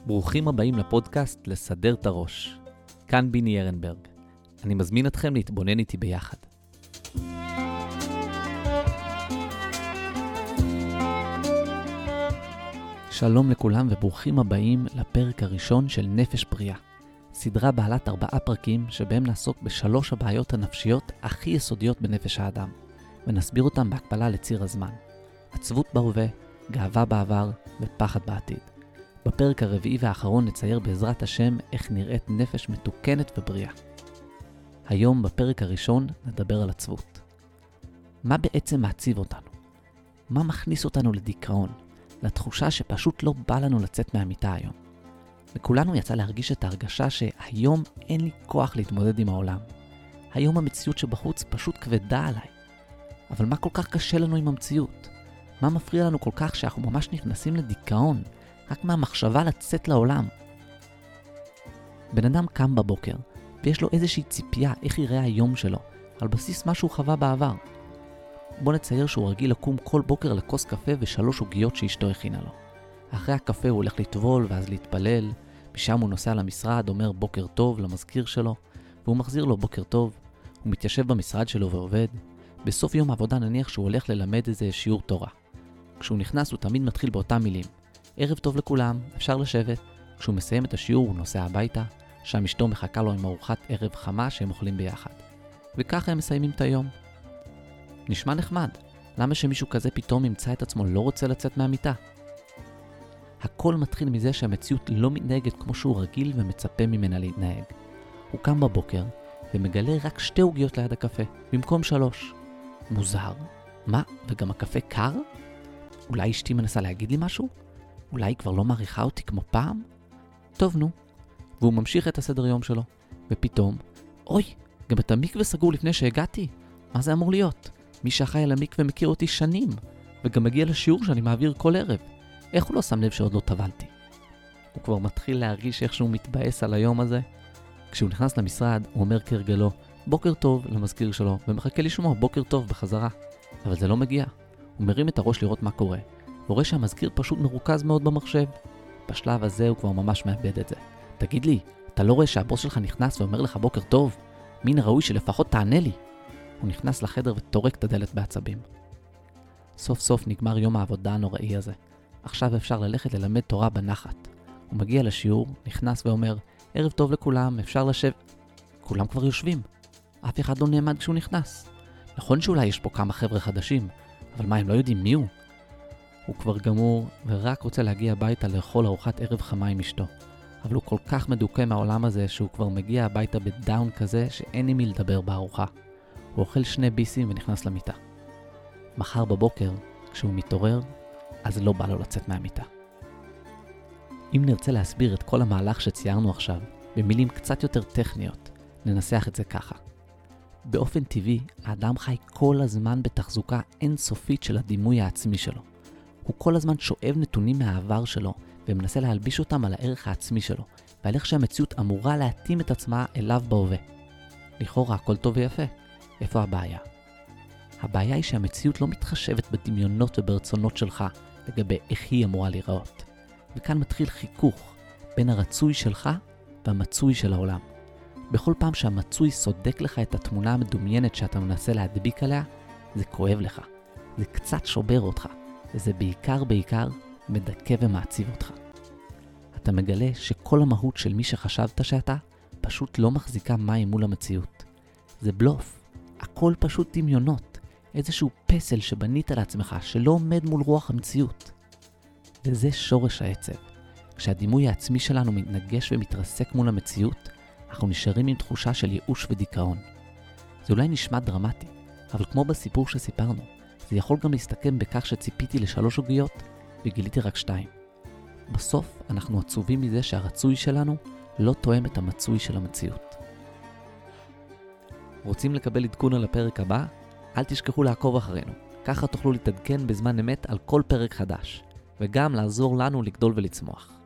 ברוכים הבאים לפודקאסט לסדר את הראש. כאן ביני ארנברג. אני מזמין אתכם להתבונן איתי ביחד. שלום לכולם וברוכים הבאים לפרק הראשון של נפש בריאה. סדרה בעלת 4 פרקים שבהם נעסוק ב3 הבעיות הנפשיות הכי יסודיות בנפש האדם, ונסביר אותם בהקבלה לציר הזמן. עצבות בהווה, גאווה בעבר ופחד בעתיד. בפרק הרביעי והאחרון נצייר בעזרת השם איך נראית נפש מתוקנת ובריאה. היום בפרק הראשון נדבר על עצבות. מה בעצם מעציב אותנו? מה מכניס אותנו לדיכאון? לתחושה שפשוט לא בא לנו לצאת מהמיטה היום. וכולנו יצא להרגיש את ההרגשה שהיום אין לי כוח להתמודד עם העולם. היום המציאות שבחוץ פשוט כבדה עליי. אבל מה כל כך קשה לנו עם המציאות? מה מפריע לנו כל כך שאנחנו ממש נכנסים לדיכאון? רק מהמחשבה לצאת לעולם. בן אדם קם בבוקר, ויש לו איזושהי ציפייה איך יראה היום שלו, על בסיס מה שהוא חווה בעבר. בוא נצייר שהוא רגיל לקום כל בוקר לכוס קפה ו3 עוגיות שאשתו הכינה לו. אחרי הקפה הוא הולך לטבול ואז להתפלל, משם הוא נוסע למשרד, אומר בוקר טוב למזכיר שלו, והוא מחזיר לו בוקר טוב, הוא מתיישב במשרד שלו ועובד. בסוף יום העבודה נניח שהוא הולך ללמד איזה שיעור תורה. כשהוא נכנס הוא תמיד מתחיל באותם מילים. ערב טוב לכולם, אפשר לשבת. כשהוא מסיים את השיעור הוא נוסע הביתה, שם אשתו מחכה לו עם ארוחת ערב חמה שהם אוכלים ביחד. וככה הם מסיימים את היום. נשמע נחמד. למה שמישהו כזה פתאום ימצא את עצמו לא רוצה לצאת מהמיטה? הכל מתחיל מזה שהמציאות לא מתנהגת כמו שהוא רגיל ומצפה ממנה להתנהג. הוא קם בבוקר ומגלה רק 2 עוגיות ליד הקפה, במקום 3. מוזר. מה? וגם הקפה קר? אולי אשתי מנסה להגיד לי משהו? אולי היא כבר לא מעריכה אותי כמו פעם? טוב נו. והוא ממשיך את הסדר יום שלו. ופתאום, אוי, גם את המקווה סגור לפני שהגעתי. מה זה אמור להיות? מי שאחראי על המקווה מכיר אותי שנים, וגם מגיע לשיעור שאני מעביר כל ערב. איך הוא לא שם לב שעוד לא טבלתי? הוא כבר מתחיל להרגיש איך שהוא מתבאס על היום הזה. כשהוא נכנס למשרד, הוא אומר כרגלו, בוקר טוב למזכיר שלו, ומחכה לשמוע בוקר טוב בחזרה. אבל זה לא מגיע. הוא מרים את הראש לראות מה קורה. ורואה שהמזכיר פשוט מרוכז מאוד במחשב. בשלב הזה הוא כבר ממש מאבד את זה. תגיד לי, אתה לא רואה שהבוס שלך נכנס ואומר לך בוקר טוב? מן הראוי שלפחות תענה לי. הוא נכנס לחדר וטורק את הדלת בעצבים. סוף סוף נגמר יום העבודה הנוראי הזה. עכשיו אפשר ללכת ללמד תורה בנחת. הוא מגיע לשיעור, נכנס ואומר, ערב טוב לכולם, אפשר לשבת. כולם כבר יושבים. אף אחד לא נעמד כשהוא נכנס. נכון שאולי יש פה כמה חבר'ה חדשים, אבל מה, הם לא יודעים מי הוא? הוא כבר גמור ורק רוצה להגיע הביתה לאכול ארוחת ערב חמה עם אשתו. אבל הוא כל כך מדוכא מהעולם הזה שהוא כבר מגיע הביתה בדאון כזה שאין עם מי לדבר בארוחה. הוא אוכל 2 ביסים ונכנס למיטה. מחר בבוקר, כשהוא מתעורר, אז לא בא לו לצאת מהמיטה. אם נרצה להסביר את כל המהלך שציירנו עכשיו, במילים קצת יותר טכניות, ננסח את זה ככה. באופן טבעי, האדם חי כל הזמן בתחזוקה אינסופית של הדימוי העצמי שלו. הוא כל הזמן שואב נתונים מהעבר שלו, ומנסה להלביש אותם על הערך העצמי שלו, ועל איך שהמציאות אמורה להתאים את עצמה אליו בהווה. לכאורה הכל טוב ויפה. איפה הבעיה? הבעיה היא שהמציאות לא מתחשבת בדמיונות וברצונות שלך לגבי איך היא אמורה להיראות. וכאן מתחיל חיכוך בין הרצוי שלך והמצוי של העולם. בכל פעם שהמצוי סודק לך את התמונה המדומיינת שאתה מנסה להדביק עליה, זה כואב לך. זה קצת שובר אותך. וזה בעיקר מדכא ומעציב אותך. אתה מגלה שכל המהות של מי שחשבת שאתה פשוט לא מחזיקה מים מול המציאות. זה בלוף. הכל פשוט דמיונות. איזשהו פסל שבנית לעצמך שלא עומד מול רוח המציאות. וזה שורש העצב. כשהדימוי העצמי שלנו מתנגש ומתרסק מול המציאות, אנחנו נשארים עם תחושה של ייאוש ודיכאון. זה אולי נשמע דרמטי, אבל כמו בסיפור שסיפרנו, זה יכול גם להסתכם בכך שציפיתי ל3 עוגיות וגיליתי רק 2. בסוף אנחנו עצובים מזה שהרצוי שלנו לא תואם את המצוי של המציאות. רוצים לקבל עדכון על הפרק הבא? אל תשכחו לעקוב אחרינו. ככה תוכלו להתעדכן בזמן אמת על כל פרק חדש, וגם לעזור לנו לגדול ולצמוח.